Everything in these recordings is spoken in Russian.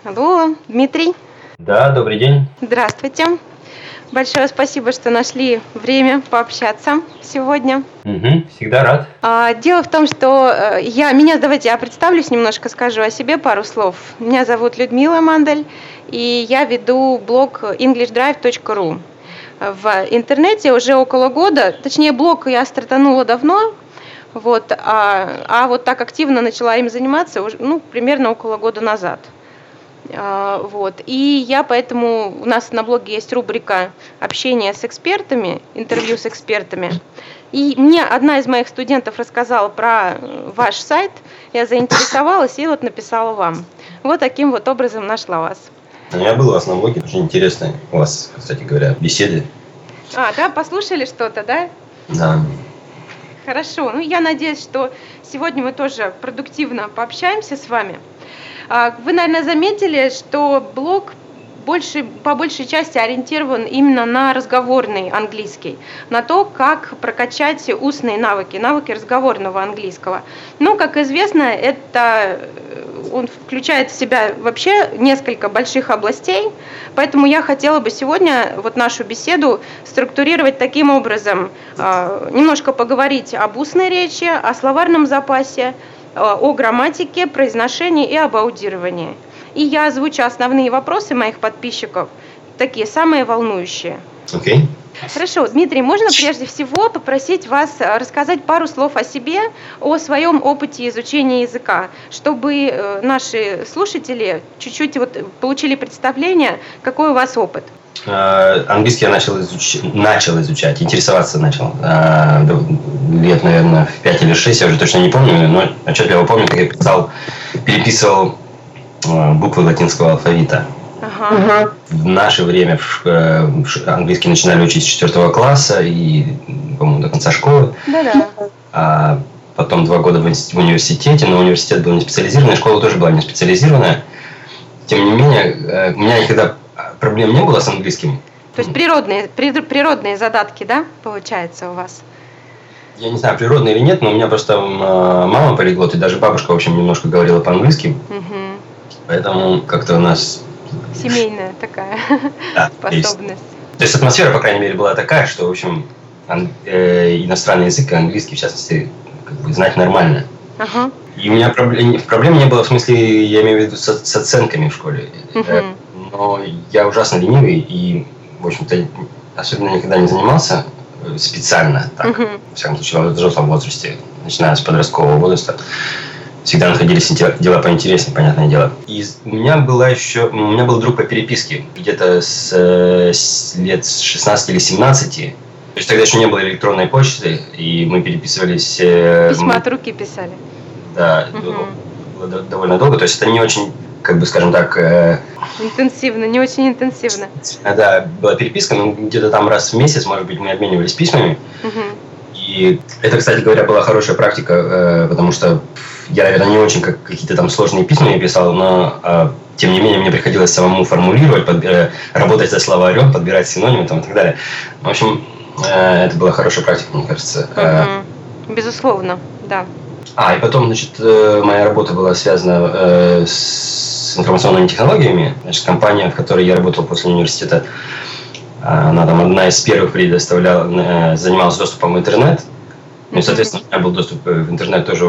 Алло, Дмитрий. Да, добрый день. Здравствуйте. Большое спасибо, что нашли время пообщаться сегодня. Всегда рад. Дело в том, что давайте я представлюсь немножко, скажу о себе пару слов. Меня зовут Людмила Мандель, и я веду блог englishdrive.ru. В интернете уже около года, точнее блог я стартанула давно, а вот так активно начала им заниматься примерно около года назад. И я поэтому, у нас на блоге есть рубрика «Общение с экспертами», интервью с экспертами. И мне одна из моих студентов рассказала про ваш сайт, я заинтересовалась и написала вам. Вот таким вот образом нашла вас. Я был у вас на блоге, очень интересно у вас, кстати говоря, беседы. Да, послушали что-то, да? Да. Хорошо, я надеюсь, что сегодня мы тоже продуктивно пообщаемся с вами. Вы, наверное, заметили, что блог по большей части ориентирован именно на разговорный английский, на то, как прокачать устные навыки разговорного английского. Как известно, он включает в себя вообще несколько больших областей, поэтому я хотела бы сегодня нашу беседу структурировать таким образом, немножко поговорить об устной речи, о словарном запасе, о грамматике, произношении и об аудировании. И я озвучу основные вопросы моих подписчиков, такие самые волнующие. Окей. Хорошо, Дмитрий, можно прежде всего попросить вас рассказать пару слов о себе, о своем опыте изучения языка, чтобы наши слушатели чуть-чуть получили представление, какой у вас опыт. Английский я начал изучать, интересоваться начал лет, наверное, в 5 или 6, я уже точно не помню, но отчетливо помню, как я переписывал буквы латинского алфавита. Ага. В наше время английский начинали учить с 4 класса и, по-моему, до конца школы. Да-да. А потом 2 года в университете, но университет был не специализированный, школа тоже была не специализированная. Тем не менее, у меня никогда проблем не было с английским. То есть природные задатки, да, получается у вас? Я не знаю, природные или нет, но у меня просто мама полиглот, и даже бабушка, в общем, немножко говорила по-английски. Угу. Поэтому как-то у нас... Семейная такая способность. То есть атмосфера, по крайней мере, была такая, что, в общем, иностранный язык и английский, в частности, знать нормально. Ага. И у меня проблем не было, в смысле, я имею в виду с оценками в школе. Но я ужасно ленивый и, в общем-то, особенно никогда не занимался специально так, во всяком случае, в взрослом возрасте, начиная с подросткового возраста. Всегда находились дела поинтереснее, понятное дело. И у меня был друг по переписке, где-то с лет 16 или 17. То есть тогда еще не было электронной почты, и мы переписывались... Письма от руки писали. Да, было довольно долго. То есть это не очень, скажем так... Интенсивно, не очень интенсивно. Да, была переписка, но где-то там раз в месяц, может быть, мы обменивались письмами. И это, кстати говоря, была хорошая практика, потому что я, наверное, не очень какие-то там сложные письма я писал, но тем не менее мне приходилось самому формулировать, работать со словарем, подбирать синонимы там, и так далее. В общем, это была хорошая практика, мне кажется. Безусловно, да. И потом, значит, моя работа была связана с информационными технологиями. Значит, компания, в которой я работал после университета, она там одна из первых занималась доступом в интернет. Ну и, соответственно, у меня был доступ в интернет тоже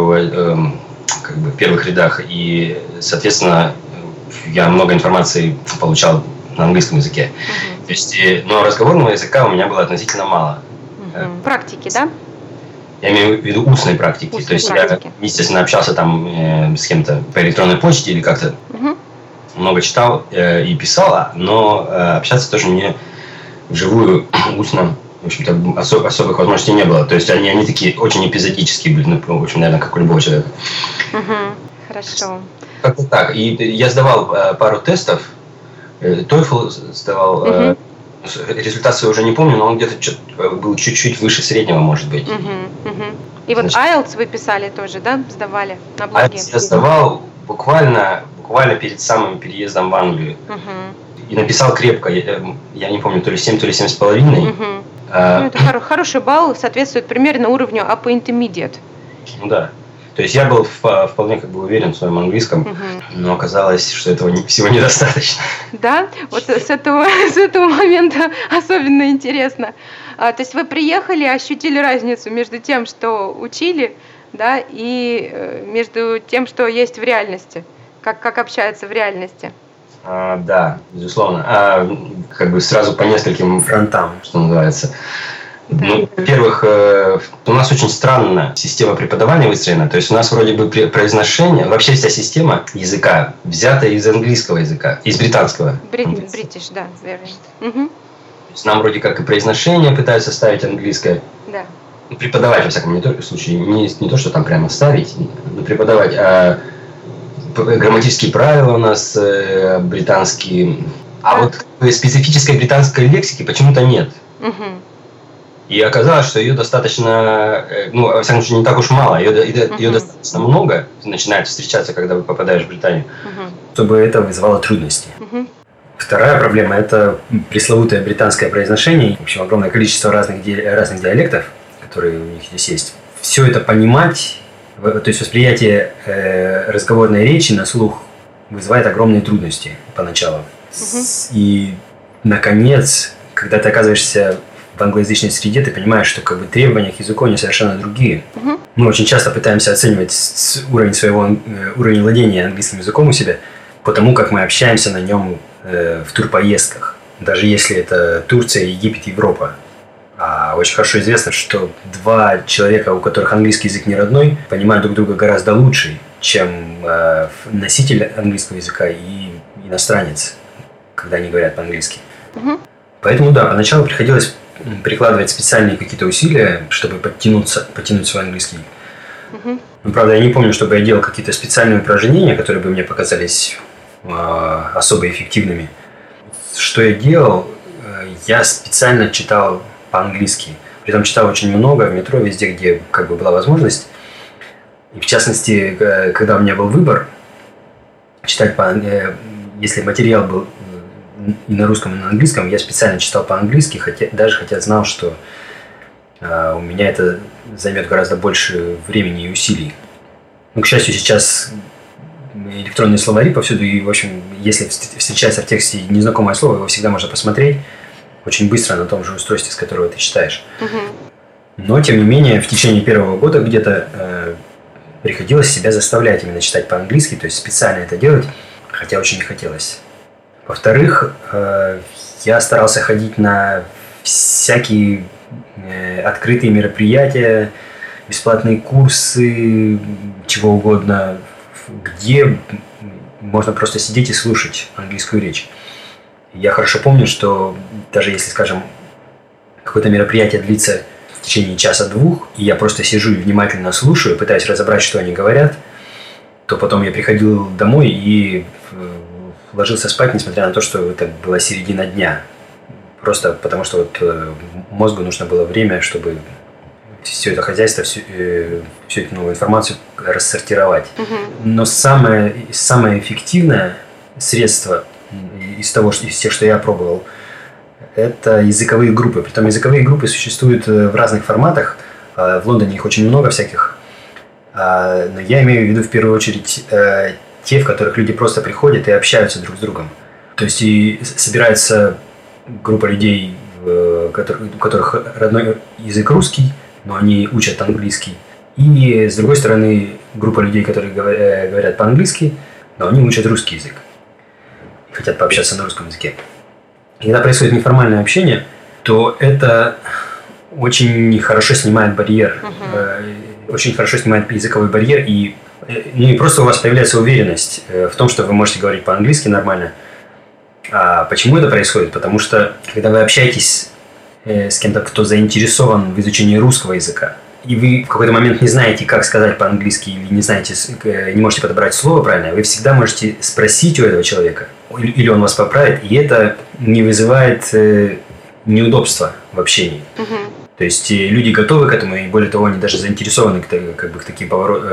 в первых рядах. И, соответственно, я много информации получал на английском языке. То есть, но разговорного языка у меня было относительно мало. Практики, да? Я имею в виду устной практики. То есть я, естественно, общался там с кем-то по электронной почте или как-то много читал и писал, но общаться тоже мне вживую, устно, в общем-то, особых возможностей не было. То есть они такие очень эпизодические были, в общем, наверное, как у любого человека. Хорошо. Как-то так. И я сдавал пару тестов, TOEFL сдавал, результат свой уже не помню, но он где-то был чуть-чуть выше среднего, может быть. И вот IELTS вы писали тоже, да? Сдавали на блоге? IELTS я сдавал буквально перед самым переездом в Англию. И написал крепко, я не помню, то ли 7, то ли 7,5. Это хороший балл, соответствует примерно уровню Upper Intermediate. Ну да. То есть я был вполне как бы уверен в своем английском, но оказалось, что этого всего недостаточно. Да, вот с этого момента особенно интересно. То есть вы приехали, ощутили разницу между тем, что учили, да, и между тем, что есть в реальности, как общаются в реальности. Да, безусловно. Как бы сразу по нескольким фронтам, что называется. Да. Ну, во-первых, у нас очень странная система преподавания выстроена. То есть у нас вроде бы произношение, вообще вся система языка взята из английского языка, из британского. British, да, верно. Угу. То есть нам вроде как и произношение пытаются ставить английское. Да. Ну, преподавать, во всяком случае, не то, что там прямо ставить, но преподавать, а грамматические правила у нас британские. А вот специфической британской лексики почему-то нет. Угу. И оказалось, что ее достаточно, ну, во всяком случае, не так уж мало, ее достаточно много начинает встречаться, когда вы попадаешь в Британию, чтобы это вызывало трудности. Вторая проблема – это пресловутое британское произношение. В общем, огромное количество разных диалектов, которые у них здесь есть. Все это понимать, то есть восприятие разговорной речи на слух вызывает огромные трудности поначалу. И, наконец, когда ты оказываешься в англоязычной среде, ты понимаешь, что как бы требования к языку они совершенно другие. Мы очень часто пытаемся оценивать уровень владения английским языком у себя по тому, как мы общаемся на нем в турпоездках. Даже если это Турция, Египет, Европа. Очень хорошо известно, что два человека, у которых английский язык не родной, понимают друг друга гораздо лучше, чем носитель английского языка и иностранец, когда они говорят по-английски. Поэтому да, поначалу приходилось прикладывать специальные какие-то усилия, чтобы подтянуть свой английский. Но, правда, я не помню, чтобы я делал какие-то специальные упражнения, которые бы мне показались особо эффективными. Что я делал? Я специально читал по-английски. Притом читал очень много в метро, везде, где как бы была возможность. И в частности, когда у меня был выбор читать если материал был и на русском, и на английском, я специально читал по-английски, хотя знал, что у меня это займет гораздо больше времени и усилий. Но, к счастью, сейчас электронные словари повсюду, и, в общем, если встречается в тексте незнакомое слово, его всегда можно посмотреть очень быстро на том же устройстве, с которого ты читаешь. Но, тем не менее, в течение первого года где-то приходилось себя заставлять именно читать по-английски, то есть специально это делать, хотя очень не хотелось. Во-вторых, я старался ходить на всякие открытые мероприятия, бесплатные курсы, чего угодно, где можно просто сидеть и слушать английскую речь. Я хорошо помню, что даже если, скажем, какое-то мероприятие длится в течение часа-двух, и я просто сижу и внимательно слушаю, пытаюсь разобрать, что они говорят, то потом я приходил домой и ложился спать, несмотря на то, что это была середина дня. Просто потому, что вот мозгу нужно было время, чтобы все это хозяйство, всю эту новую информацию рассортировать. Но самое эффективное средство из тех, что я пробовал, это языковые группы. Притом языковые группы существуют в разных форматах. В Лондоне их очень много всяких. Но я имею в виду в первую очередь те, в которых люди просто приходят и общаются друг с другом. То есть и собирается группа людей, у которых родной язык русский, но они учат английский. И, с другой стороны, группа людей, которые говорят по-английски, но они учат русский язык. И хотят пообщаться на русском языке. И когда происходит неформальное общение, то это очень хорошо снимает барьер. Очень хорошо снимает языковой барьер. И просто у вас появляется уверенность в том, что вы можете говорить по-английски нормально. А почему это происходит? Потому что, когда вы общаетесь с кем-то, кто заинтересован в изучении русского языка, и вы в какой-то момент не знаете, как сказать по-английски, или не можете подобрать слово правильное, вы всегда можете спросить у этого человека, или он вас поправит, и это не вызывает неудобства в общении. То есть люди готовы к этому, и более того, они даже заинтересованы в таких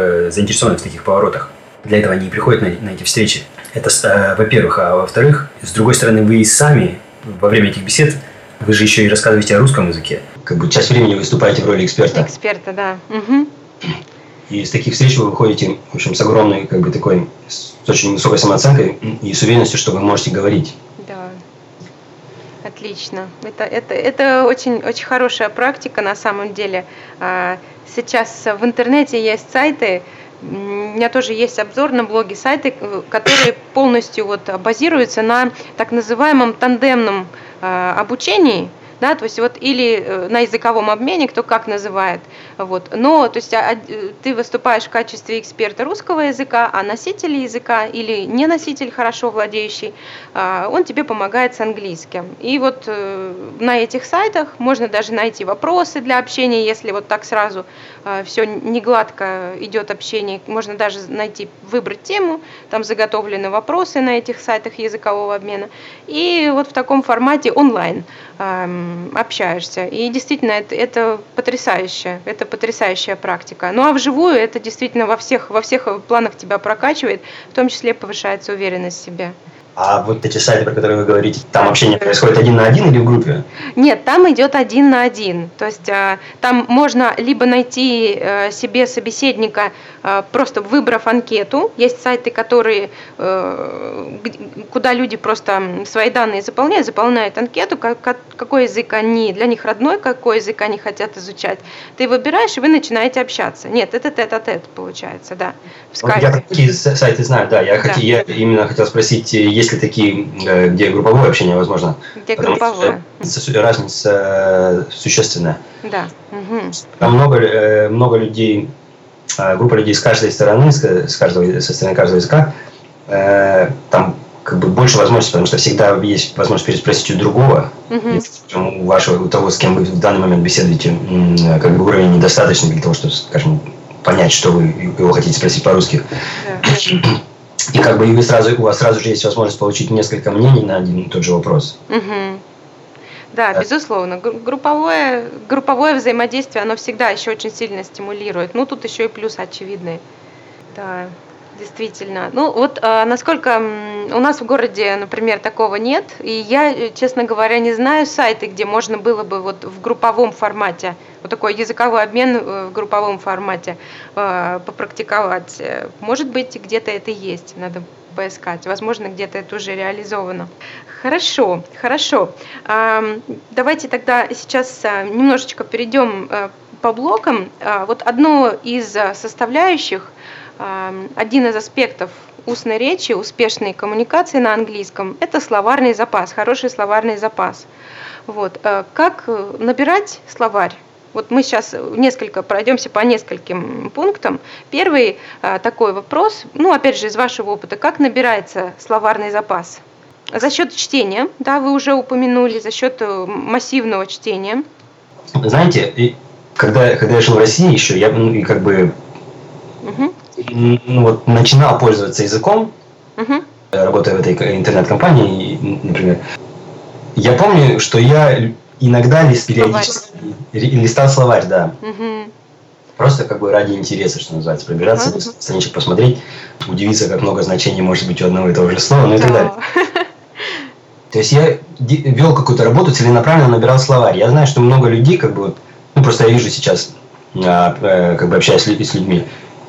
поворотах. Для этого они и приходят на эти встречи. Это во-первых. А во-вторых, с другой стороны, вы и сами во время этих бесед, вы же еще и рассказываете о русском языке. Как бы часть времени выступаете в роли эксперта. Эксперта, да. И с таких встреч вы выходите, в общем, с огромной, как бы такой, с очень высокой самооценкой и с уверенностью, что вы можете говорить. Да, отлично. Это очень, очень хорошая практика на самом деле. Сейчас в интернете есть сайты, у меня тоже есть обзор на блоге, сайты, которые полностью вот базируются на так называемом тандемном обучении. Да, то есть вот или на языковом обмене, кто как называет, вот. Но то есть ты выступаешь в качестве эксперта русского языка, а носитель языка или не носитель, хорошо владеющий, он тебе помогает с английским. И вот на этих сайтах можно даже найти вопросы для общения, если вот так сразу все не гладко идет общение, можно даже выбрать тему, там заготовлены вопросы на этих сайтах языкового обмена, и вот в таком формате онлайн общаешься. И действительно, это потрясающая практика. Ну а вживую это действительно во всех планах тебя прокачивает, в том числе повышается уверенность в себе. А вот эти сайты, про которые вы говорите, там общение происходит 1 на 1 или в группе? Нет, там идет 1 на 1. То есть там можно либо найти себе собеседника, просто выбрав анкету. Есть сайты, куда люди просто свои данные заполняют анкету, какой язык для них родной, какой язык они хотят изучать. Ты выбираешь, и вы начинаете общаться. Нет, это тет-а-тет получается, да, в скайпе. Я такие сайты знаю, да. Я именно хотел спросить, есть ли такие, где групповое общение возможно? Где групповое? Разница существенная. Да. Угу. Там много людей, группа людей с каждой стороны, со стороны каждого языка. Там как бы больше возможностей, потому что всегда есть возможность переспросить у другого. Если у того, с кем вы в данный момент беседуете, как бы уровень недостаточный для того, чтобы, скажем, понять, что вы его хотите спросить по-русски. Да. И как бы у вас сразу же есть возможность получить несколько мнений на один и тот же вопрос. Угу. Да, безусловно. Групповое взаимодействие, оно всегда еще очень сильно стимулирует. Ну, тут еще и плюс очевидный. Да, действительно. Ну, вот насколько у нас в городе, например, такого нет, и я, честно говоря, не знаю сайты, где можно было бы вот в групповом формате, вот такой языковой обмен в групповом формате попрактиковать. Может быть, где-то это есть, надо поискать. Возможно, где-то это уже реализовано. Хорошо. Давайте тогда сейчас немножечко перейдем по блокам. Вот одно из составляющих, один из аспектов устной речи, успешной коммуникации на английском – это словарный запас, хороший словарный запас. Вот. Как набирать словарь? Вот мы сейчас пройдемся по нескольким пунктам. Первый такой вопрос, опять же, из вашего опыта, как набирается словарный запас? За счет чтения, да, вы уже упомянули, за счет массивного чтения. Знаете, когда я жил в России еще, я начинал пользоваться языком, работая в этой интернет-компании, например. Я помню, что я иногда периодически листал словарь, да. Просто как бы ради интереса, что называется, пробираться, страничек посмотреть, удивиться, как много значений может быть у одного и того же слова, и так далее. То есть я вел какую-то работу, целенаправленно набирал словарь. Я знаю, что много людей, просто я вижу сейчас, общаясь с людьми,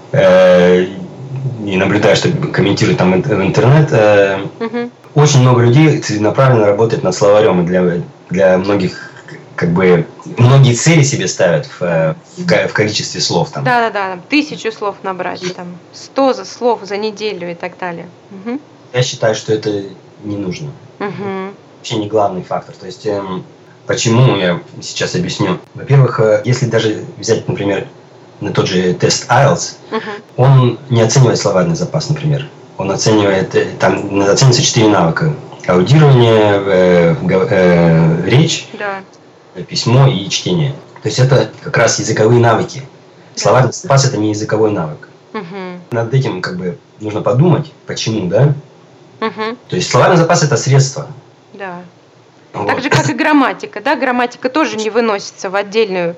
и наблюдаю, что комментируют там в интернет, очень много людей целенаправленно работает над словарем, и для многих, многие цели себе ставят в количестве слов. Там. Да, 1000 слов набрать, 100 слов за неделю и так далее. Я считаю, что это не нужно. Вообще не главный фактор. То есть, почему, я сейчас объясню. Во-первых, если даже взять, например, на тот же тест IELTS, он не оценивает словарный запас, например. Он оценивает, там оценивается 4 навыка. Аудирование, речь, письмо и чтение. То есть это как раз языковые навыки. Словарный запас – это не языковой навык. Над этим нужно подумать, почему, да? То есть словарный запас – это средство. Да. Вот. Так же, как и грамматика, да? Грамматика тоже не выносится в отдельный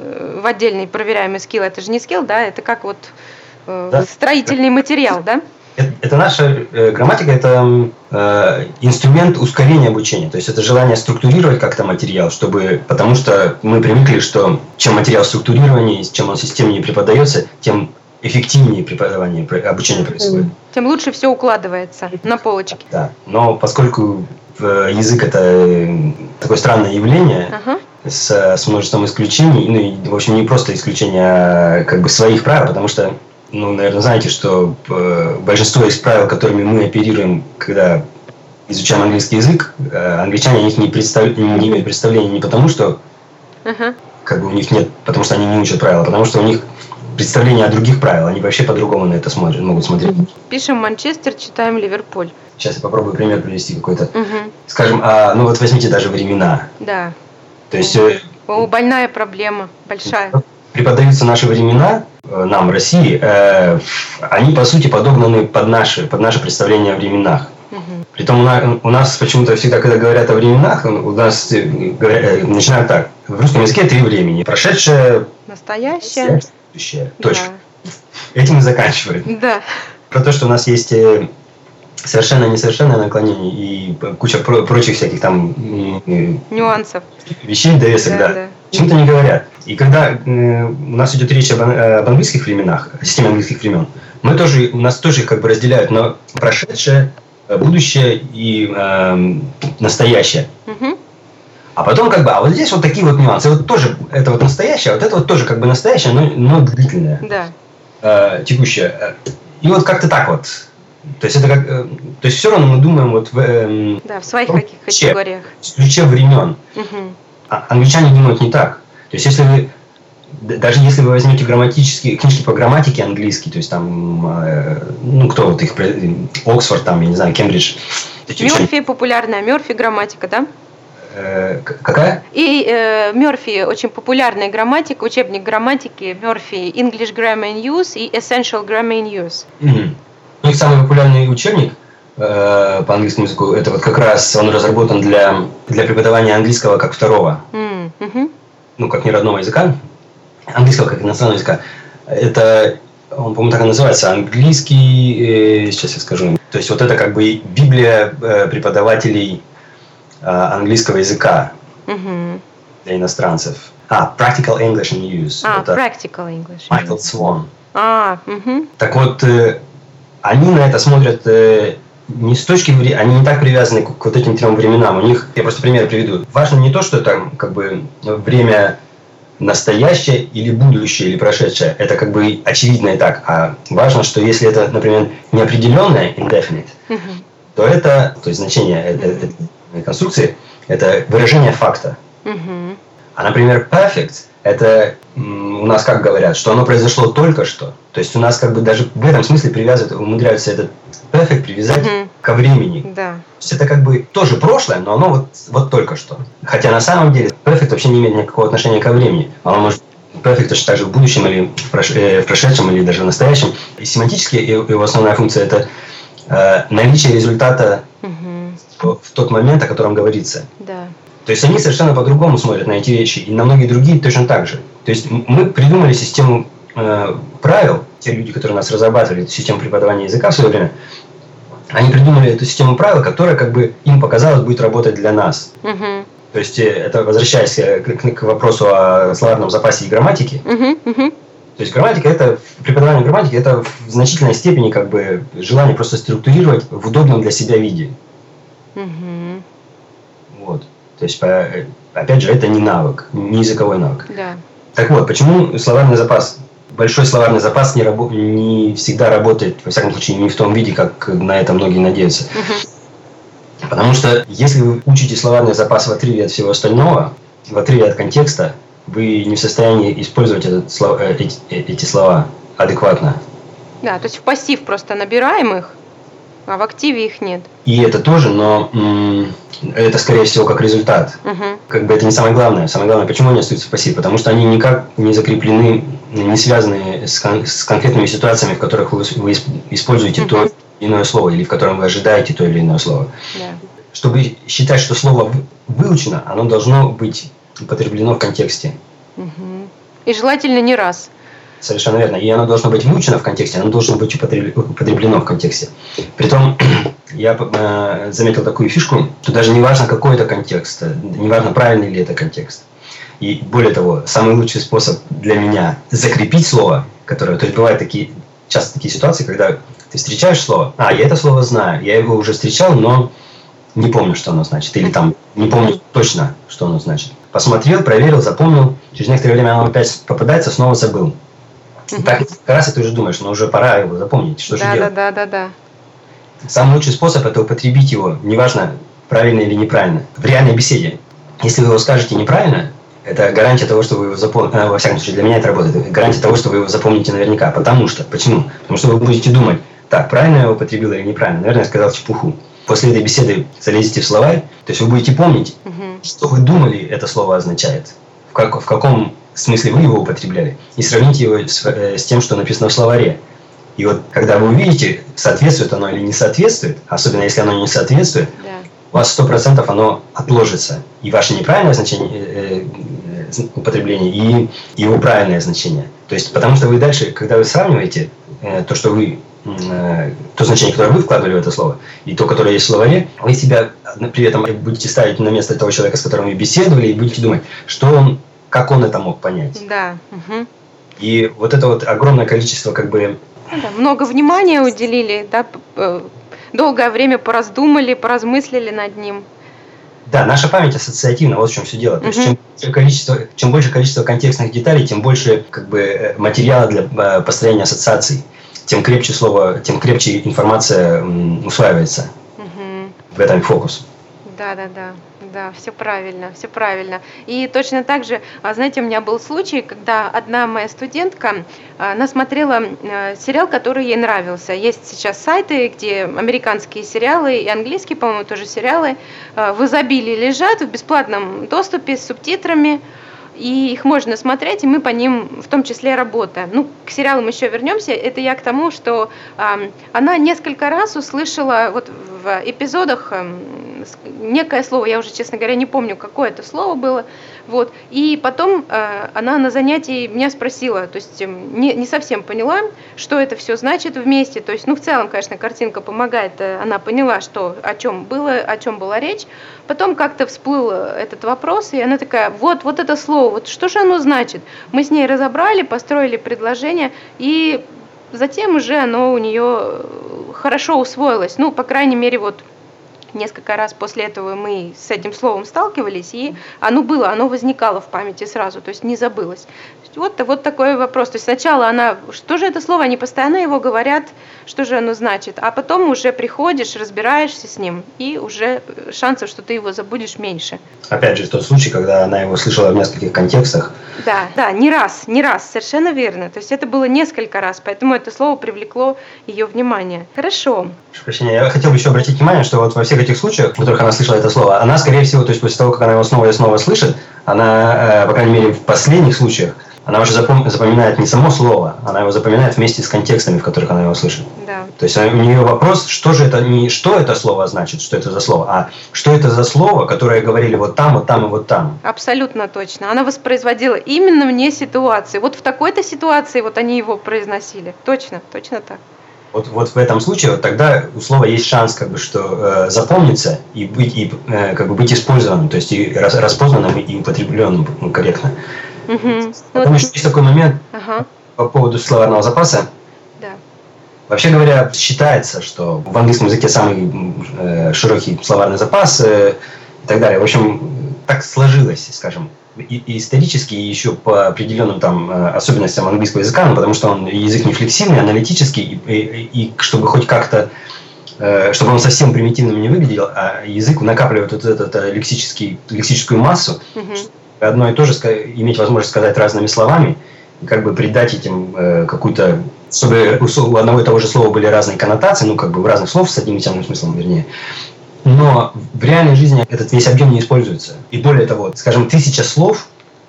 проверяемый скилл. Это же не скилл, да? Это как строительный материал, да? Это наша грамматика, это инструмент ускорения обучения. То есть это желание структурировать как-то материал, потому что мы привыкли, что чем материал структурированнее, чем он системнее преподается, тем эффективнее обучение происходит. Тем лучше все укладывается на полочке. Да, но поскольку язык это такое странное явление, с множеством исключений, ну и, в общем, не просто исключения, а как бы своих правил, потому что, ну, наверное, знаете, что большинство из правил, которыми мы оперируем, когда изучаем английский язык, англичане о них не имеют представления не потому, что как бы у них нет, потому что они не учат правила, потому что у них представление о других правилах, они вообще по-другому на это могут смотреть. Пишем Манчестер, читаем Ливерпуль. Сейчас я попробую пример привести какой-то. Скажем, ну вот возьмите даже времена. Да. То есть... Больная проблема, большая. Преподаются наши времена, нам, в России, они, по сути, подогнаны под наше представление о временах. Притом у нас почему-то всегда, когда говорят о временах, у нас начинают так. В русском языке 3 времени. Прошедшее, настоящее, будущее. Точка. Этим и заканчиваем. Да. Про то, что у нас есть совершенно несовершенное наклонение и куча прочих всяких там нюансов, вещей, довесок, да. Почему-то не говорят. И когда у нас идет речь об английских временах, о системе английских времен, у нас тоже как бы разделяют на прошедшее, будущее и настоящее. А потом как бы, а вот здесь вот такие вот нюансы. Вот тоже это вот настоящее, а вот это вот тоже как бы настоящее, но длительное. Да. Текущее. И вот как-то так вот. То есть это как, то есть все равно мы думаем вот в своих каких категориях. В ключе времен. А англичане думают не так. То есть даже если вы возьмете книжки по грамматике английский, то есть там, ну кто вот их, Оксфорд, там, я не знаю, Кембридж. Мёрфи популярная, Мёрфи грамматика, да? Какая? И Мёрфи очень популярная грамматика, учебник грамматики Мёрфи English Grammar in Use и Essential Grammar in Use. У них самый популярный учебник по английскому языку, это вот как раз он разработан для преподавания английского как второго, ну как не родного языка, английского как иностранного языка. Это, он, по-моему, так и называется, английский, сейчас я скажу. То есть вот это как бы библия преподавателей английского языка для иностранцев. Practical English in Use. Это Practical English. Майкл Свон. Так вот, они на это смотрят не с точки зрения, они не так привязаны к вот этим 3 временам. У них, я просто пример приведу. Важно не то, что это как бы время настоящее или будущее, или прошедшее. Это как бы очевидно и так. А важно, что если это, например, неопределенное, indefinite, то это, то есть значение этой конструкции, это выражение факта. А, например, perfect, это у нас как говорят, что оно произошло только что. То есть у нас как бы даже в этом смысле умудряются этот perfect привязать ко времени. Да. То есть это как бы тоже прошлое, но оно вот только что. Хотя на самом деле perfect вообще не имеет никакого отношения ко времени. Оно может perfect точно так же в будущем или в прошедшем, или даже в настоящем. И семантически его основная функция – это наличие результата в тот момент, о котором говорится. Да. То есть они совершенно по-другому смотрят на эти вещи, и на многие другие точно так же. То есть мы придумали систему правил, те люди, которые нас разрабатывали, эту систему преподавания языка в свое время, они придумали эту систему правил, которая как бы им показалось будет работать для нас. То есть это возвращаясь к вопросу о словарном запасе и грамматике. То есть грамматика это, преподавание грамматики это в значительной степени как бы желание просто структурировать в удобном для себя виде. Вот. То есть, опять же, это не навык, не языковой навык. Да. Так вот, почему словарный запас, большой словарный запас не всегда работает, во всяком случае, не в том виде, как на это многие надеются. Потому что, если вы учите словарный запас в отрыве от всего остального, в отрыве от контекста, вы не в состоянии использовать эти слова адекватно. Да, то есть в пассив просто набираем их, а в активе их нет. И это тоже, но это, скорее всего, как результат. Как бы это не самое главное. Самое главное, почему они остаются в пассиве? Потому что они никак не закреплены, не связаны с конкретными ситуациями, в которых вы используете то или иное слово, или в котором вы ожидаете то или иное слово. Да. Чтобы считать, что слово выучено, оно должно быть употреблено в контексте. И желательно не раз. Совершенно верно. И оно должно быть выучено в контексте, оно должно быть употреблено в контексте. Притом, я заметил такую фишку, что даже не важно, какой это контекст, не важно, правильный ли это контекст. И более того, самый лучший способ для меня закрепить слово, которое... То есть бывают часто такие ситуации, когда ты встречаешь слово, я это слово знаю, я его уже встречал, но не помню, что оно значит. Или там не помню точно, что оно значит. Посмотрел, проверил, запомнил. Через некоторое время оно опять попадается, снова забыл. Так несколько раз, и ты уже думаешь, уже пора его запомнить. Что же делать? Да. Самый лучший способ – это употребить его, неважно, правильно или неправильно, в реальной беседе. Если вы его скажете неправильно, это гарантия того, что вы его запомните. Во всяком случае, для меня это работает. Гарантия того, что вы его запомните наверняка. Потому что. Почему? Потому что вы будете думать, так, правильно я его употребил или неправильно. Наверное, я сказал чепуху. После этой беседы залезете в словарь, то есть вы будете помнить, что вы думали это слово означает, в каком смысле вы его употребляли, и сравните его с тем, что написано в словаре. И вот когда вы увидите, соответствует оно или не соответствует, особенно если оно не соответствует, у вас 100% оно отложится. И ваше неправильное значение употребления, и его правильное значение. То есть, потому что вы дальше, когда вы сравниваете то значение, которое вы вкладывали в это слово, и то, которое есть в словаре, вы себя при этом будете ставить на место того человека, с которым вы беседовали, и будете думать, как он это мог понять. Да. И вот это вот огромное количество много внимания уделили, долгое время пораздумали, поразмыслили над ним. Да, наша память ассоциативна, вот в чем все дело. То есть чем больше количество контекстных деталей, тем больше материала для построения ассоциаций. Тем крепче слово, тем крепче информация усваивается. В этом фокус. Да, все правильно. И точно так же, знаете, у меня был случай, когда одна моя студентка насмотрела сериал, который ей нравился. Есть сейчас сайты, где американские сериалы и английские, по-моему, тоже сериалы в изобилии лежат в бесплатном доступе с субтитрами. И их можно смотреть, и мы по ним в том числе работаем. К сериалам еще вернемся. Это я к тому, что она несколько раз услышала в эпизодах некое слово, я уже, честно говоря, не помню, какое это слово было. И потом она на занятии меня спросила, то есть не совсем поняла, что это все значит вместе. То есть, в целом, конечно, картинка помогает, она поняла, о чем была речь. Потом как-то всплыл этот вопрос, и она такая, вот это слово, что же оно значит? Мы с ней разобрали, построили предложение, и затем уже оно у нее хорошо усвоилось. По крайней мере, несколько раз после этого мы с этим словом сталкивались, и оно возникало в памяти сразу, то есть не забылось. Вот такой вопрос. То есть сначала что же это слово, они постоянно его говорят, что же оно значит, а потом уже приходишь, разбираешься с ним, и уже шансов, что ты его забудешь, меньше. Опять же, тот случай, когда она его слышала в нескольких контекстах. Да, не раз, совершенно верно. То есть это было несколько раз, поэтому это слово привлекло ее внимание. Хорошо. Прошу прощения, я хотел бы еще обратить внимание, что во всех этих случаях, в которых она слышала это слово, она, скорее всего, то есть после того, как она его снова и снова слышит, она, по крайней мере, в последних случаях, она уже запоминает не само слово, она его запоминает вместе с контекстами, в которых она его слышит. Да. То есть у нее вопрос, не что это слово значит, что это за слово, а что это за слово, которое говорили вот там и вот там. Абсолютно точно. Она воспроизводила именно вне ситуации. В такой-то ситуации они его произносили. Точно так. Вот в этом случае тогда у слова есть шанс что запомниться и быть использованным, то есть и распознанным и употребленным корректно. Потому что есть такой момент по поводу словарного запаса. Да. Вообще говоря, считается, что в английском языке самый широкий словарный запас и так далее. В общем, так сложилось, скажем, и исторически, и еще по определенным особенностям английского языка, потому что он язык не флексибный, аналитический, и чтобы хоть как-то, чтобы он совсем примитивным не выглядел, а язык накапливает эту лексическую массу, одно и то же иметь возможность сказать разными словами, и придать этим какую-то, чтобы у одного и того же слова были разные коннотации, у разных слов с одним и тем же смыслом, вернее. Но в реальной жизни этот весь объем не используется. И более того, скажем, 1000 слов,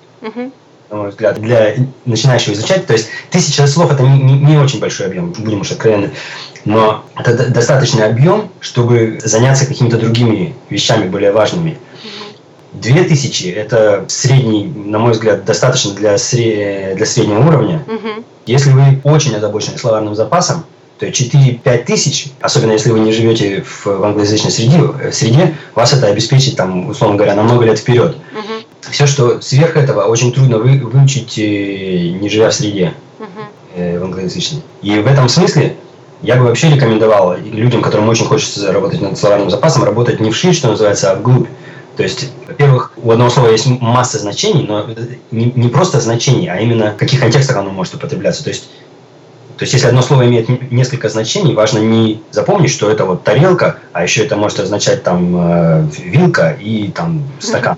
на мой взгляд, для начинающего изучать, то есть 1000 слов это не очень большой объем, будем уж откровенны, но это достаточный объем, чтобы заняться какими-то другими вещами более важными. 2000 – это средний, на мой взгляд, достаточно для среднего уровня. Если вы очень озабочены словарным запасом, то 4-5 тысяч, особенно если вы не живете в англоязычной среде, вас это обеспечит, там, условно говоря, на много лет вперед. Все, что сверх этого, очень трудно выучить, не живя в среде в англоязычной. И в этом смысле я бы вообще рекомендовал людям, которым очень хочется работать над словарным запасом, работать не вширь, что называется, а вглубь. То есть, во-первых, у одного слова есть масса значений, но не просто значений, а именно в каких контекстах оно может употребляться. То есть, если одно слово имеет несколько значений, важно не запомнить, что это вот тарелка, а еще это может означать там вилка и там стакан.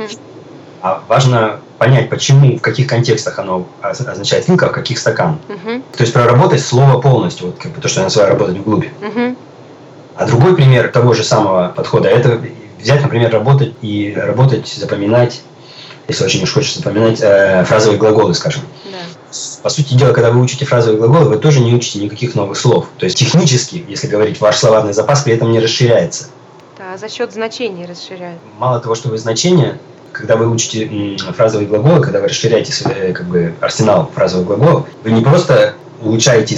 А важно понять, почему, в каких контекстах оно означает вилка, а в каких стакан. То есть проработать слово полностью, вот как бы то, что я называю работать вглубь. А другой пример того же самого подхода – это взять, например, работать, запоминать, если очень уж хочется запоминать, фразовые глаголы, скажем. По сути дела, когда вы учите фразовые глаголы, вы тоже не учите никаких новых слов. То есть технически, если говорить, ваш словарный запас при этом не расширяется. Да, за счет значений расширяет. Мало того, что вы значения, когда вы учите фразовые глаголы, когда вы расширяете свой, как бы, арсенал фразовых глаголов, вы не просто улучшаете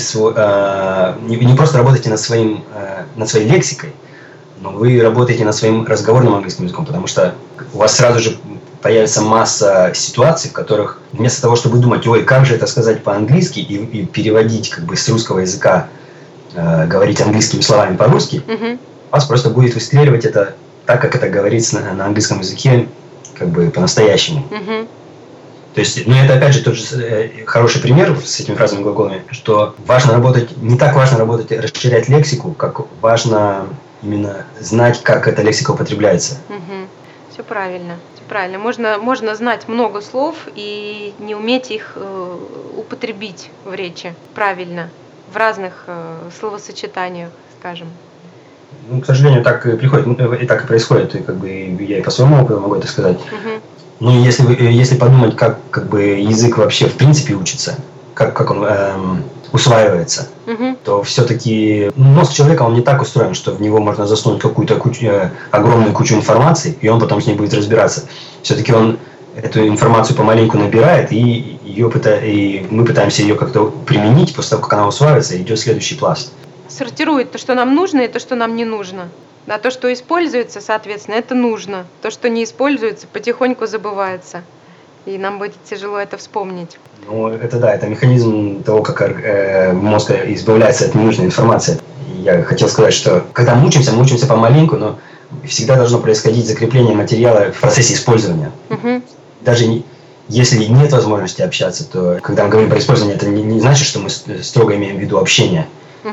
не просто работаете над своей лексикой, но вы работаете над своим разговорным английским языком, потому что у вас сразу же появится масса ситуаций, в которых вместо того, чтобы думать, ой, как же это сказать по-английски и переводить как бы с русского языка, говорить английскими словами по-русски, у вас просто будет выстреливать это так, как это говорится на английском языке, как бы по-настоящему. То есть, ну это опять же тот же хороший пример с этими фразовыми глаголами, что не так важно работать, расширять лексику, как важно именно знать, как эта лексика употребляется. Все правильно. Правильно. Можно знать много слов и не уметь их употребить в речи правильно, в разных словосочетаниях, скажем. Ну, к сожалению, так и приходит, и так и происходит, и как бы я и по своему опыту могу это сказать. Ну, если подумать, как бы язык вообще в принципе учится, как он усваивается, то все-таки мозг человека, он не так устроен, что в него можно засунуть какую-то огромную кучу информации, и он потом с ней будет разбираться. Все-таки он эту информацию помаленьку набирает, и мы пытаемся ее как-то применить, после того, как она усваивается, идет следующий пласт. Сортирует то, что нам нужно, и то, что нам не нужно. Да, то, что используется, соответственно, это нужно. То, что не используется, потихоньку забывается. И нам будет тяжело это вспомнить. Ну, это механизм того, как мозг избавляется от ненужной информации. Я хотел сказать, что когда мы учимся помаленьку, но всегда должно происходить закрепление материала в процессе использования. Даже если нет возможности общаться, то когда мы говорим про использование, это не значит, что мы строго имеем в виду общение.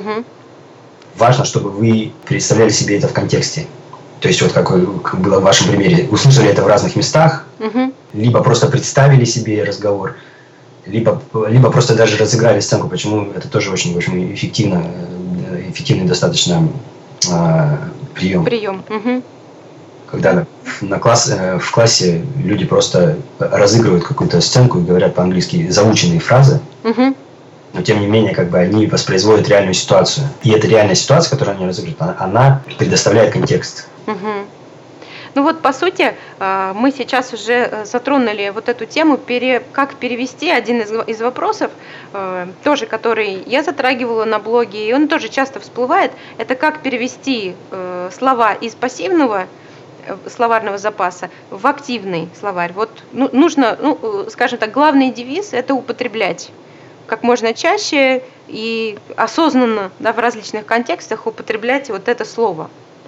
Важно, чтобы вы представляли себе это в контексте. То есть, вот как было в вашем примере, услышали это в разных местах, либо просто представили себе разговор, либо просто даже разыграли сценку, почему это тоже очень эффективный достаточно прием. Когда в классе люди просто разыгрывают какую-то сценку и говорят по-английски заученные фразы, но тем не менее как бы они воспроизводят реальную ситуацию. И эта реальная ситуация, которую они разыгрывают, она предоставляет контекст. Ну вот, по сути, мы сейчас уже затронули вот эту тему, как перевести один из вопросов, тоже который я затрагивала на блоге, и он тоже часто всплывает, это как перевести слова из пассивного словарного запаса в активный словарь. Вот нужно, скажем так, главный девиз – это употреблять как можно чаще и осознанно, да, в различных контекстах употреблять вот это слово.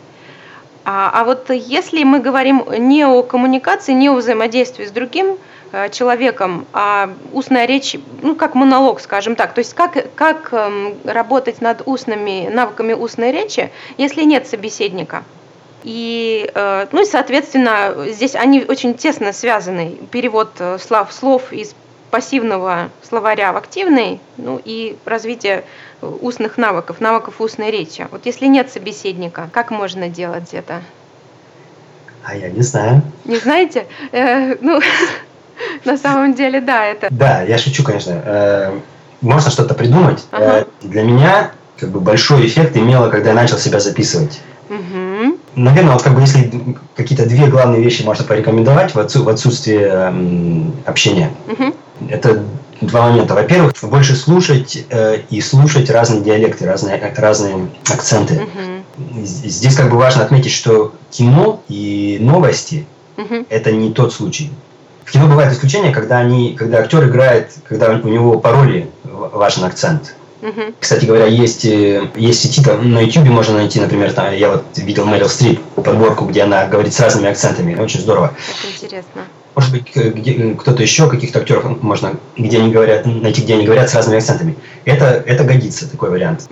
А вот если мы говорим не о коммуникации, не о взаимодействии с другим человеком, а устная речь, как монолог, скажем так, то есть как работать над навыками устной речи, если нет собеседника. И соответственно, здесь они очень тесно связаны, перевод слов из пассивного словаря в активный, и развитие устных навыков устной речи. Вот если нет собеседника, как можно делать это? А я не знаю. Не знаете? На самом деле, да, это... Да, я шучу, конечно. Можно что-то придумать. Ага. Для меня как бы большой эффект имело, когда я начал себя записывать. Наверное, вот как бы если какие-то две главные вещи можно порекомендовать в отсутствии общения, это два момента. Во-первых, больше слушать и слушать разные диалекты, разные акценты. Здесь как бы важно отметить, что кино и новости это не тот случай. В кино бывает исключение, когда актер играет, когда у него по роли важен акцент. Кстати говоря, есть сети, там, на YouTube можно найти, например, там, я вот видел Мэрил Стрип, подборку, где она говорит с разными акцентами, очень здорово. Это интересно. Может быть, кто-то еще, каких-то актеров можно найти, где они говорят с разными акцентами. Это годится, такой вариант.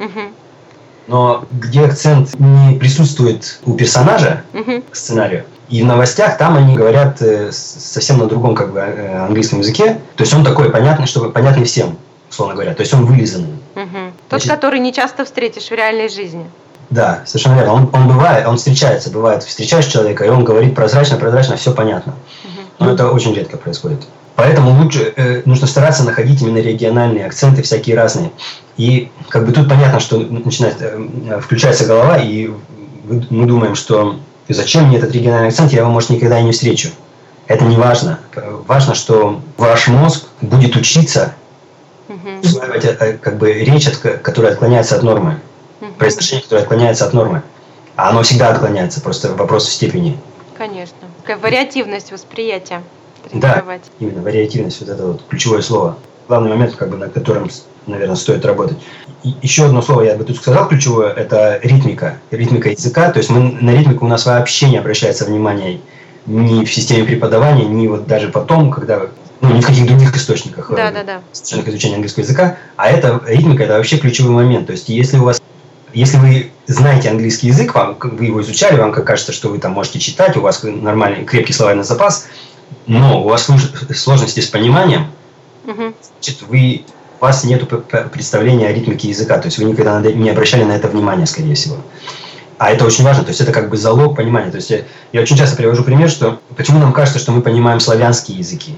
Но где акцент не присутствует у персонажа к сценарию, и в новостях там они говорят совсем на другом как бы английском языке, то есть он такой понятный всем, условно говоря, то есть он вылизанный. Тот, который не часто встретишь в реальной жизни. Да, совершенно верно. Он встречаешь человека, и он говорит прозрачно, все понятно. Но это очень редко происходит. Поэтому нужно стараться находить именно региональные акценты, всякие разные. И как бы тут понятно, что включается голова, и мы думаем, что зачем мне этот региональный акцент, я его, может, никогда и не встречу. Это не важно. Важно, что ваш мозг будет учиться усваивать как бы речь, которая отклоняется от нормы, произношение, которое отклоняется от нормы. А оно всегда отклоняется, просто вопрос в степени. Конечно. Такая вариативность восприятия. Да, именно вариативность, вот это вот ключевое слово. Главный момент, как бы, над которым, наверное, стоит работать. И еще одно слово я бы тут сказал ключевое, это ритмика. Ритмика языка. То есть на ритмику у нас вообще не обращается внимание ни в системе преподавания, ни вот даже потом, когда ни в каких других источниках изучения английского языка. А эта ритмика – это вообще ключевой момент. То есть если вы знаете английский язык, вы его изучали, вам кажется, что вы там можете читать, у вас нормальный крепкий словарный запас, но у вас сложности с пониманием, значит, у вас нет представления о ритмике языка, то есть вы никогда не обращали на это внимания, скорее всего. А это очень важно, то есть это как бы залог понимания. То есть я очень часто привожу пример, что почему нам кажется, что мы понимаем славянские языки.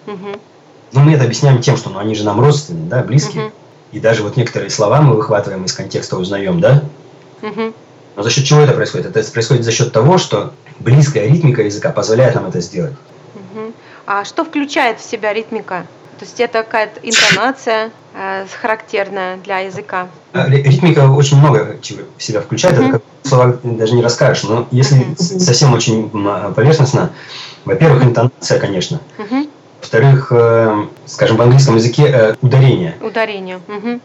Но мы это объясняем тем, что они же нам родственные, да, близкие. И даже вот некоторые слова мы выхватываем из контекста, узнаем, да? Но за счет чего это происходит? Это происходит за счет того, что близкая ритмика языка позволяет нам это сделать. А что включает в себя ритмика? То есть это какая-то интонация характерная для языка? Ритмика очень много чего в себя включает. Это как слова даже не расскажешь. Но если совсем очень поверхностно, во-первых, интонация, конечно. Во-вторых, скажем, в английском языке ударение. Ударение.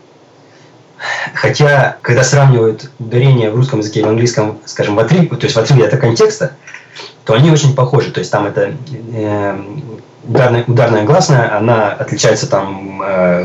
Хотя, когда сравнивают ударение в русском языке и в английском, скажем, в отрыве, то есть в отрыве это контекста, то они очень похожи. То есть там это ударная гласная, она отличается там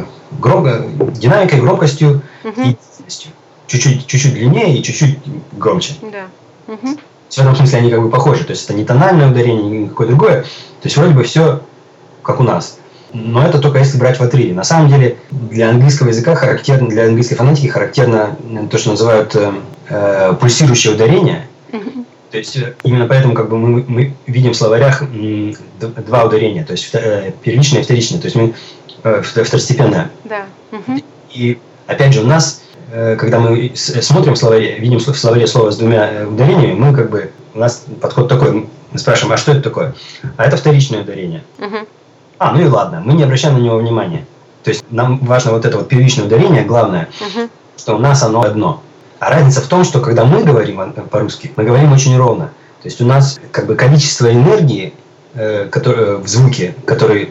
динамикой, громкостью и длительностью. Чуть-чуть длиннее и чуть-чуть громче. Да. В этом смысле они как бы похожи. То есть это не тональное ударение, не какое-то другое. То есть вроде бы все как у нас. Но это только если брать в отрыве. На самом деле для английского языка характерно, для английской фонетики характерно то, что называют пульсирующее ударение. То есть именно поэтому как бы мы видим в словарях два ударения, то есть первичное и вторичное, то есть мы второстепенное. Да. И опять же у нас, когда мы смотрим в словаре, видим в словаре слово с двумя ударениями, мы как бы, у нас подход такой, мы спрашиваем, а что это такое? А это вторичное ударение. Ну и ладно, мы не обращаем на него внимания. То есть нам важно вот это вот первичное ударение, главное, что у нас оно одно. А разница в том, что когда мы говорим по-русски, мы говорим очень ровно. То есть у нас как бы количество энергии в звуке, который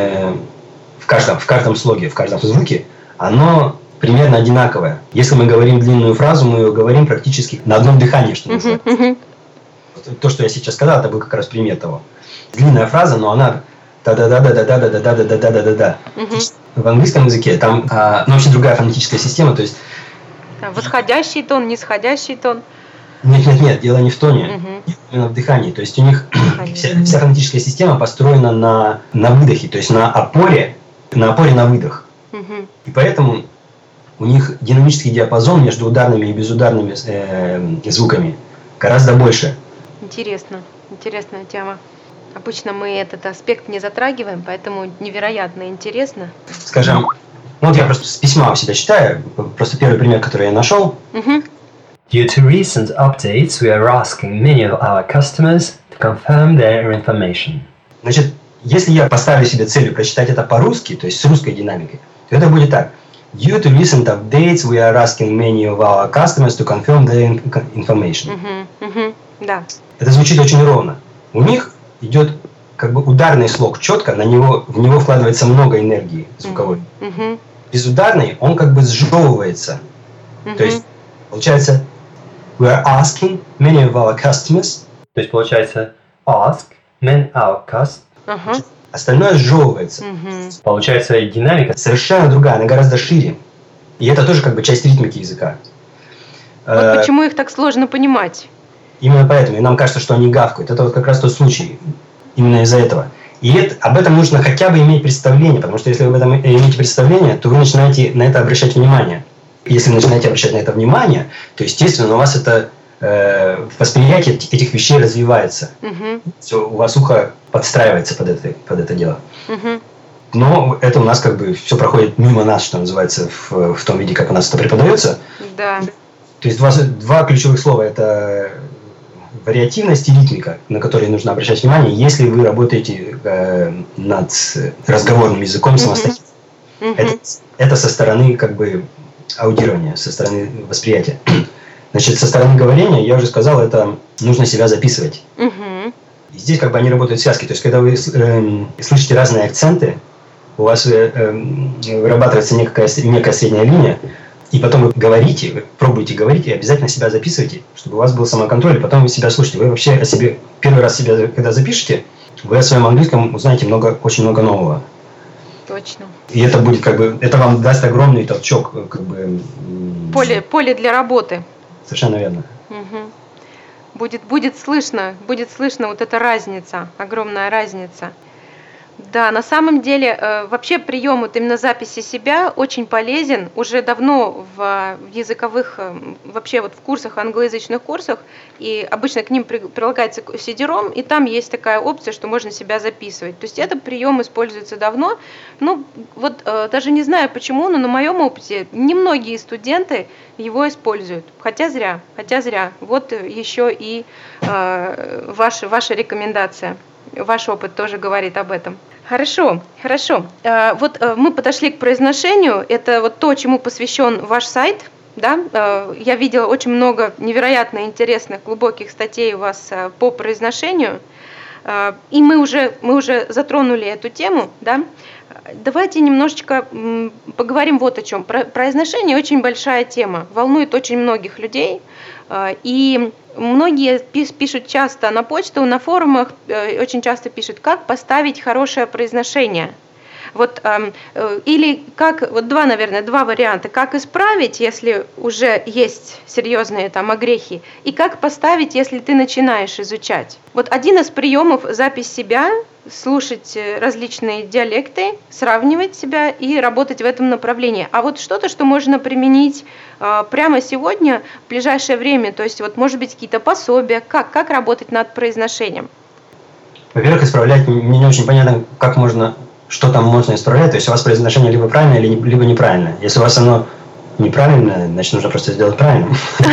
в каждом слоге, в каждом звуке, оно примерно одинаковое. Если мы говорим длинную фразу, мы ее говорим практически на одном дыхании, что называется. То, что я сейчас сказал, это был как раз пример того. Длинная фраза, но она да-да-да-да-да-да-да-да-да-да-да-да. В английском языке там вообще другая фонетическая система, то есть восходящий тон, нисходящий тон. Нет, дело не в тоне, именно в дыхании. То есть у них вся фонетическая система построена на выдохе, то есть на опоре на выдох. И поэтому у них динамический диапазон между ударными и безударными звуками гораздо больше. Интересная тема. Обычно мы этот аспект не затрагиваем, поэтому невероятно интересно. Скажем, вот я просто с письма всегда читаю, просто первый пример, который я нашел. Due to recent updates, we are asking many of our customers to confirm their information. Значит, если я поставлю себе целью прочитать это по-русски, то есть с русской динамикой, то это будет так. Due to recent updates, we are asking many of our customers to confirm their information. Да. Это звучит очень ровно. У них идет как бы ударный слог четко, в него вкладывается много энергии звуковой. Безударный, он как бы сжевывается. То есть, получается, we are asking many of our customers. То есть, получается, ask many our customers. Остальное сжевывается. Получается, динамика совершенно другая, она гораздо шире. И это тоже как бы часть ритмики языка. Вот почему их так сложно понимать. Именно поэтому. И нам кажется, что они гавкают. Это вот как раз тот случай. Именно из-за этого. И об этом нужно хотя бы иметь представление, потому что если вы об этом имеете представление, то вы начинаете на это обращать внимание. И если вы начинаете обращать на это внимание, то, естественно, у вас это восприятие этих вещей развивается. Все, у вас ухо подстраивается под это дело. Но это у нас как бы все проходит мимо нас, что называется, в том виде, как у нас это преподается. Да. То есть два ключевых слова – это вариативность и ритмика, на которые нужно обращать внимание, если вы работаете над разговорным языком самостоятельно. Это со стороны как бы аудирования, со стороны восприятия. Значит, со стороны говорения, я уже сказал, это нужно себя записывать. И здесь как бы они работают в связке. То есть, когда вы слышите разные акценты, у вас вырабатывается некая средняя линия, и потом вы говорите, вы пробуете говорить, и обязательно себя записывайте, чтобы у вас был самоконтроль, и потом вы себя слушаете. Вы вообще о себе, первый раз себя, когда запишете, вы о своем английском узнаете очень много нового. Точно. И это будет как бы, это вам даст огромный толчок, как бы. Поле для работы. Совершенно верно. Будет слышно вот эта разница, огромная разница. Да, на самом деле, вообще прием вот именно записи себя очень полезен. Уже давно в языковых, вообще вот в курсах, англоязычных курсах, и обычно к ним прилагается CD-ROM, и там есть такая опция, что можно себя записывать. То есть этот прием используется давно. Ну, вот даже не знаю почему, но на моем опыте немногие студенты его используют. Хотя зря. Вот еще и ваша рекомендация. Ваш опыт тоже говорит об этом. Хорошо. Вот мы подошли к произношению. Это вот то, чему посвящен ваш сайт. Да? Я видела очень много невероятно интересных, глубоких статей у вас по произношению. И мы уже затронули эту тему. Да? Давайте немножечко поговорим вот о чем. Произношение очень большая тема, волнует очень многих людей. И многие пишут часто на почту, на форумах очень часто пишут, как поставить хорошее произношение. Вот, или как, вот два варианта, как исправить, если уже есть серьезные там огрехи, и как поставить, если ты начинаешь изучать. Вот один из приемов — запись себя, слушать различные диалекты, сравнивать себя и работать в этом направлении. А вот что-то, что можно применить прямо сегодня, в ближайшее время, то есть вот может быть какие-то пособия, как работать над произношением? Во-первых, исправлять мне не очень понятно, что там можно исправлять. То есть у вас произношение либо правильное, либо неправильное. Если у вас оно неправильное, значит нужно просто сделать правильно.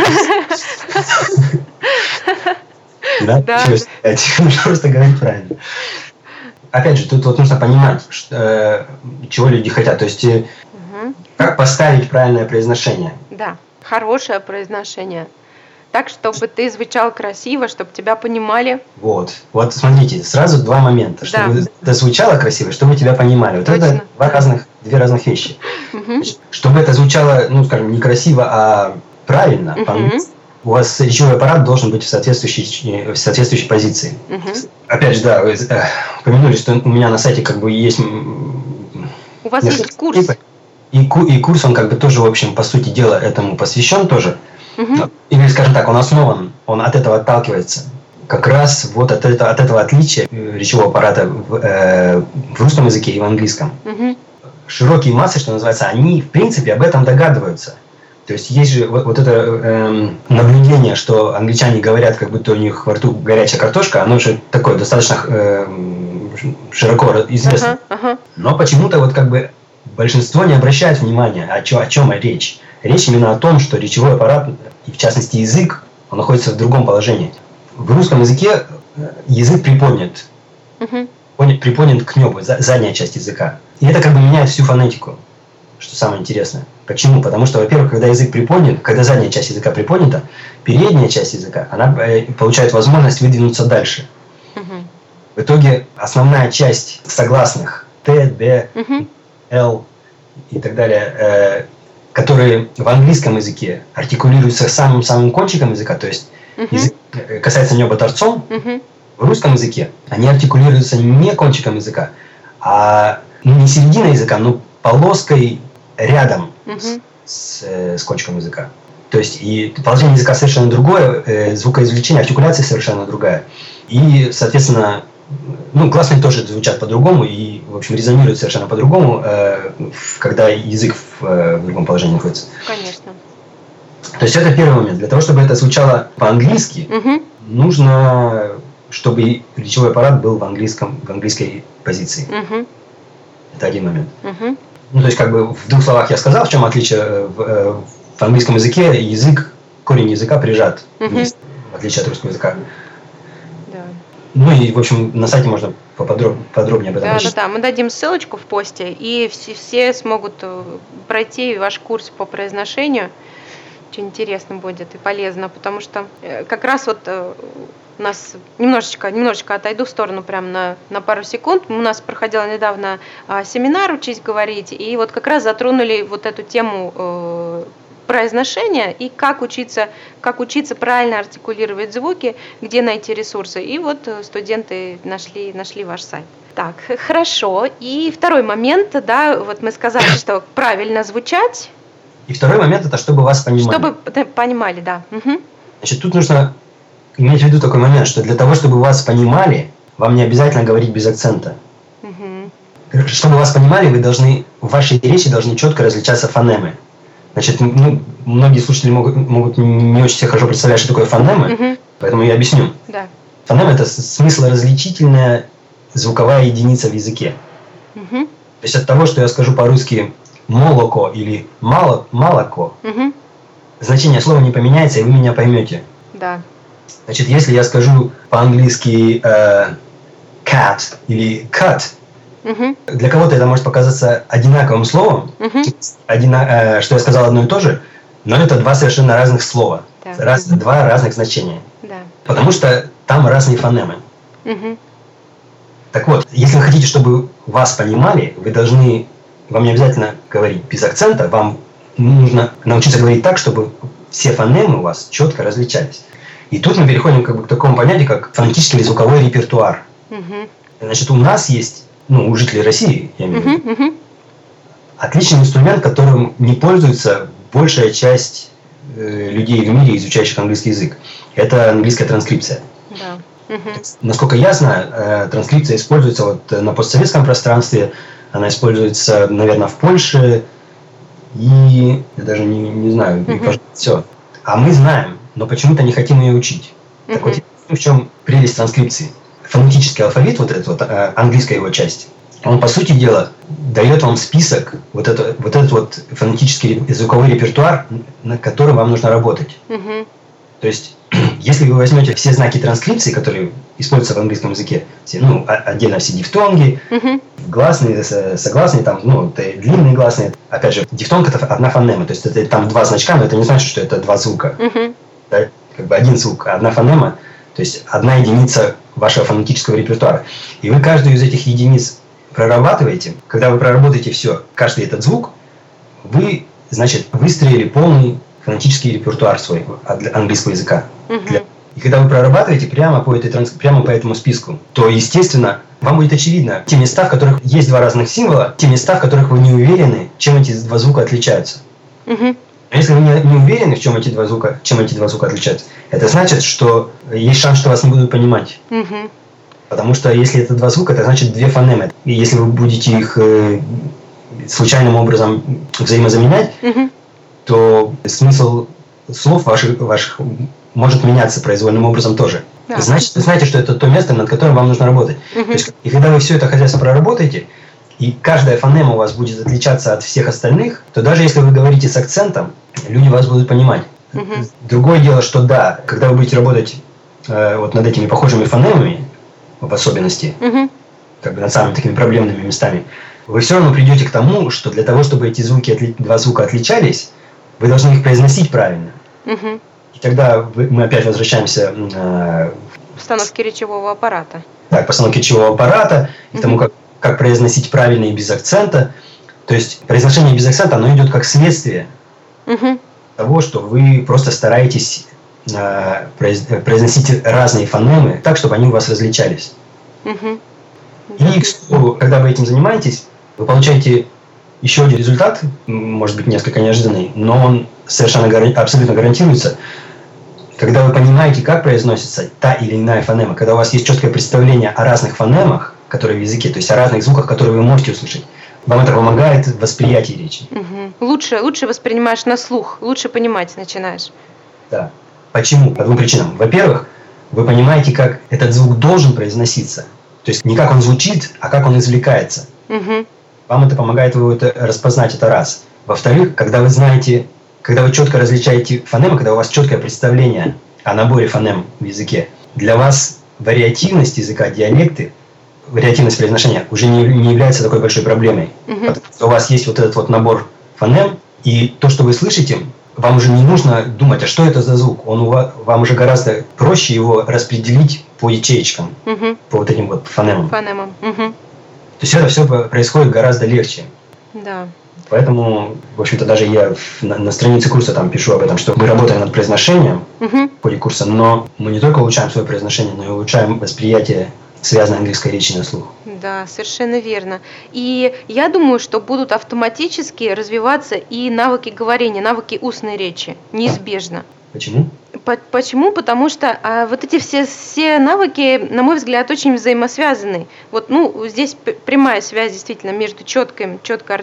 Да? Нужно просто говорить правильно. Опять же, тут вот нужно понимать, чего люди хотят. То есть, как поставить правильное произношение. Да, хорошее произношение. Так, чтобы ты звучал красиво, чтобы тебя понимали. Вот смотрите, сразу два момента. Чтобы это звучало красиво, чтобы тебя понимали. Вот это две разных вещи. Значит, чтобы это звучало, не красиво, а правильно, у вас речевой аппарат должен быть в соответствующей позиции. Опять же, вы упомянули, что у меня на сайте как бы есть... У вас есть курс. И курс, он как бы тоже, в общем, по сути дела, этому посвящен тоже. Или, скажем так, он основан, он от этого отталкивается. Как раз вот от этого отличия речевого аппарата в русском языке и в английском. Широкие массы, что называется, они, в принципе, об этом догадываются. То есть есть же вот это наблюдение, что англичане говорят, как будто у них во рту горячая картошка, оно же такое достаточно широко известно. Но почему-то вот как бы большинство не обращает внимания, о чем речь. речь именно о том, что речевой аппарат, и в частности язык, он находится в другом положении. В русском языке язык приподнят. Приподнят к небу, задняя часть языка. И это как бы меняет всю фонетику, что самое интересное. Почему? Потому что, во-первых, когда язык приподнят, когда задняя часть языка приподнята, передняя часть языка, она получает возможность выдвинуться дальше. В итоге основная часть согласных Т, Б, Л и так далее, которые в английском языке артикулируются самым кончиком языка, то есть язык касается неба торцом, в русском языке они артикулируются не кончиком языка, а не серединой языка, но полоской рядом с кончиком языка. То есть и положение языка совершенно другое, звукоизвлечение, артикуляция совершенно другая. И, соответственно, гласные тоже звучат по-другому и, в общем, резонируют совершенно по-другому, когда язык в другом положении находится. Конечно. То есть это первый момент. Для того, чтобы это звучало по-английски, нужно, чтобы речевой аппарат был в английской позиции. Это один момент. То есть, как бы в двух словах я сказал, в чем отличие. В английском языке корень языка прижат вниз, в отличие от русского языка. И, в общем, на сайте можно подробнее об этом прочитать. Да, мы дадим ссылочку в посте, и все смогут пройти ваш курс по произношению. Очень интересно будет и полезно, потому что как раз вот у нас немножечко отойду в сторону прям на пару секунд. У нас проходил недавно семинар «Учись говорить», и вот как раз затронули вот эту тему произношения и как учиться правильно артикулировать звуки, где найти ресурсы. И вот студенты нашли ваш сайт. Так, хорошо. И второй момент, да, вот мы сказали, что правильно звучать. И второй момент – это чтобы вас понимали. Чтобы понимали, да. Значит, тут нужно иметь в виду такой момент, что для того, чтобы вас понимали, вам не обязательно говорить без акцента. Чтобы вас понимали, в вашей речи должны четко различаться фонемы. Значит, многие слушатели могут не очень себе хорошо представлять, что такое фонемы, поэтому я объясню. Да. Фонема – это смыслоразличительная звуковая единица в языке. То есть от того, что я скажу по-русски «молоко» или «молоко», значение слова не поменяется, и вы меня поймете. Да. Значит, если я скажу по-английски «cat» или «cut», для кого-то это может показаться одинаковым словом, что я сказал одно и то же, но это два совершенно разных слова, два разных значения. Да. Потому что там разные фонемы. Так вот, если вы хотите, чтобы вас понимали, вам не обязательно говорить без акцента, вам нужно научиться говорить так, чтобы все фонемы у вас четко различались. И тут мы переходим к такому понятию, как фонетический или звуковой репертуар. Значит, у нас есть, у жителей России, я имею в виду, отличный инструмент, которым не пользуется большая часть людей в мире, изучающих английский язык. Это английская транскрипция. Да. Насколько я знаю, транскрипция используется на постсоветском пространстве, она используется, наверное, в Польше, и я даже не знаю, все. А мы знаем, но почему-то не хотим ее учить. Так вот, в чем прелесть транскрипции? Фонетический алфавит, вот эта английская его часть, он, по сути дела, дает вам список, вот этот фонетический звуковой репертуар, над которым вам нужно работать. То есть, если вы возьмете все знаки транскрипции, которые используются в английском языке, отдельно все дифтонги, гласные, согласные, длинные гласные. Опять же, дифтонг – это одна фонема, то есть это там два значка, но это не значит, что это два звука. Да? Как бы один звук, одна фонема, то есть одна единица вашего фонетического репертуара. И вы каждую из этих единиц прорабатываете. Когда вы проработаете все, каждый этот звук, вы, значит, выстроили полный фонетический репертуар свой английского языка. И когда вы прорабатываете прямо по этому списку, то, естественно, вам будет очевидно те места, в которых есть два разных символа, те места, в которых вы не уверены, чем эти два звука отличаются. А если вы не уверены, чем эти два звука отличаются, это значит, что есть шанс, что вас не будут понимать. Потому что если это два звука, это значит две фонемы. И если вы будете их случайным образом взаимозаменять, то смысл слов ваших может меняться произвольным образом тоже. Да. Значит, вы знаете, что это то место, над которым вам нужно работать. То есть, и когда вы все это хозяйство проработаете, и каждая фонема у вас будет отличаться от всех остальных, то даже если вы говорите с акцентом, люди вас будут понимать. Мгм. Другое дело, что да, когда вы будете работать вот над этими похожими фонемами, в особенности, Мгм. как бы над самыми такими проблемными местами, вы все равно придете к тому, что для того, чтобы эти звуки, два звука отличались, вы должны их произносить правильно. Мгм. И тогда мы опять возвращаемся Установки речевого аппарата. к постановке речевого аппарата, и к тому, Мгм. как произносить правильно и без акцента. То есть произношение без акцента, оно идет как следствие Мгм. того, что вы просто стараетесь произносить разные фонемы так, чтобы они у вас различались. Мгм. И, к слову, когда вы этим занимаетесь, вы получаете еще один результат, может быть, несколько неожиданный, но он совершенно абсолютно гарантируется. Когда вы понимаете, как произносится та или иная фонема, когда у вас есть четкое представление о разных фонемах, которые в языке, то есть о разных звуках, которые вы можете услышать, вам это помогает в восприятии речи. Мгм. Лучше воспринимаешь на слух, лучше понимать начинаешь. Да. Почему? По двум причинам. Во-первых, вы понимаете, как этот звук должен произноситься. То есть не как он звучит, а как он извлекается. Мгм. Вам это помогает его распознать, это раз. Во-вторых, когда вы знаете, когда вы четко различаете фонемы, когда у вас четкое представление о наборе фонем в языке, для вас вариативность языка, диалекты, вариативность произношения уже не является такой большой проблемой. Мгм. Потому что у вас есть вот этот вот набор фонем, и то, что вы слышите, вам уже не нужно думать, а что это за звук. Вам уже гораздо проще его распределить по ячеечкам, Мгм. по вот этим вот фонемам. Фонемом. Мгм. То есть это все происходит гораздо легче. Да. Поэтому, в общем-то, даже я на странице курса там пишу об этом, что мы работаем над произношением Мгм. в ходе курса, но мы не только улучшаем свое произношение, но и улучшаем восприятие связанной английской речи на слух. Да, совершенно верно. И я думаю, что будут автоматически развиваться и навыки говорения, навыки устной речи. Неизбежно. Почему? Почему? Потому что вот эти все навыки, на мой взгляд, очень взаимосвязаны. Вот, здесь прямая связь действительно между четкой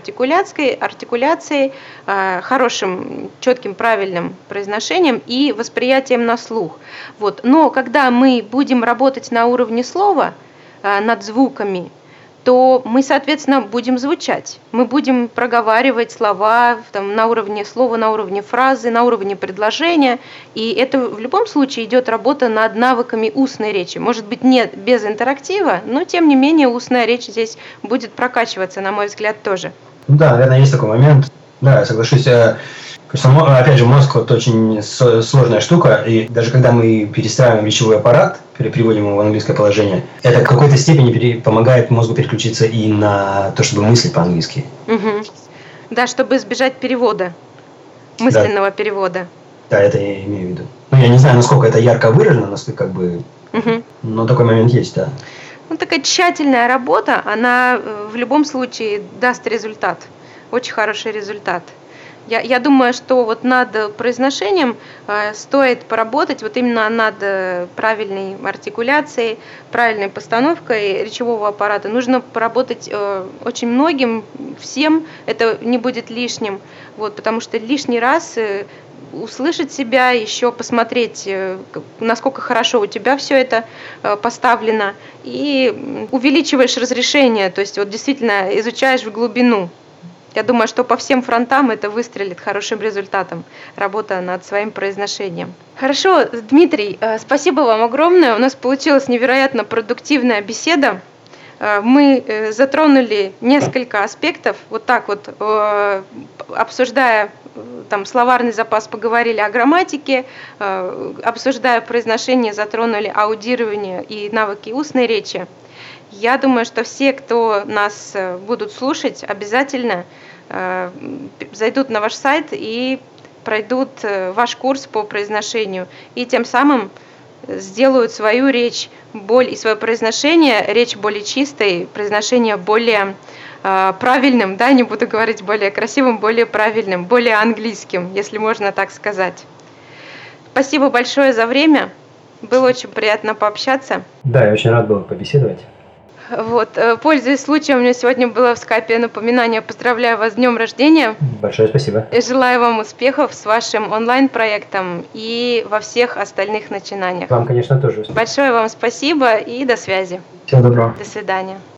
артикуляцией, хорошим, четким, правильным произношением и восприятием на слух. Вот. Но когда мы будем работать на уровне слова, над звуками, то мы, соответственно, будем звучать. Мы будем проговаривать слова на уровне слова, на уровне фразы, на уровне предложения. И это в любом случае идет работа над навыками устной речи. Может быть, не без интерактива, но тем не менее устная речь здесь будет прокачиваться, на мой взгляд, тоже. Да, наверное, есть такой момент. Да, я соглашусь. Опять же, мозг вот очень сложная штука, и даже когда мы перестраиваем речевой аппарат, переводим его в английское положение, это в какой-то степени помогает мозгу переключиться и на то, чтобы мыслить по-английски. Угу. Да, чтобы избежать перевода, мысленного перевода. Да, это я имею в виду. Я не знаю, насколько это ярко выражено, насколько но такой момент есть, да. Такая тщательная работа, она в любом случае даст результат, очень хороший результат. Я думаю, что вот над произношением стоит поработать вот именно над правильной артикуляцией, правильной постановкой речевого аппарата. Нужно поработать очень многим, всем, это не будет лишним, потому что лишний раз услышать себя, еще посмотреть, насколько хорошо у тебя все это поставлено, и увеличиваешь разрешение, то есть действительно изучаешь в глубину. Я думаю, что по всем фронтам это выстрелит хорошим результатом, работа над своим произношением. Хорошо, Дмитрий, спасибо вам огромное. У нас получилась невероятно продуктивная беседа. Мы затронули несколько аспектов, обсуждая словарный запас, поговорили о грамматике, обсуждая произношение, затронули аудирование и навыки устной речи. Я думаю, что все, кто нас будут слушать, обязательно зайдут на ваш сайт и пройдут ваш курс по произношению. И тем самым сделают свою речь и свое произношение, речь более чистой, произношение более правильным, не буду говорить более красивым, более правильным, более английским, если можно так сказать. Спасибо большое за время. Было очень приятно пообщаться. Да, я очень рад был побеседовать. Пользуясь случаем, у меня сегодня было в скайпе напоминание. Поздравляю вас с днем рождения. Большое спасибо. И желаю вам успехов с вашим онлайн-проектом и во всех остальных начинаниях. Вам, конечно, тоже успехов. Большое вам спасибо и до связи. Всего доброго. До свидания.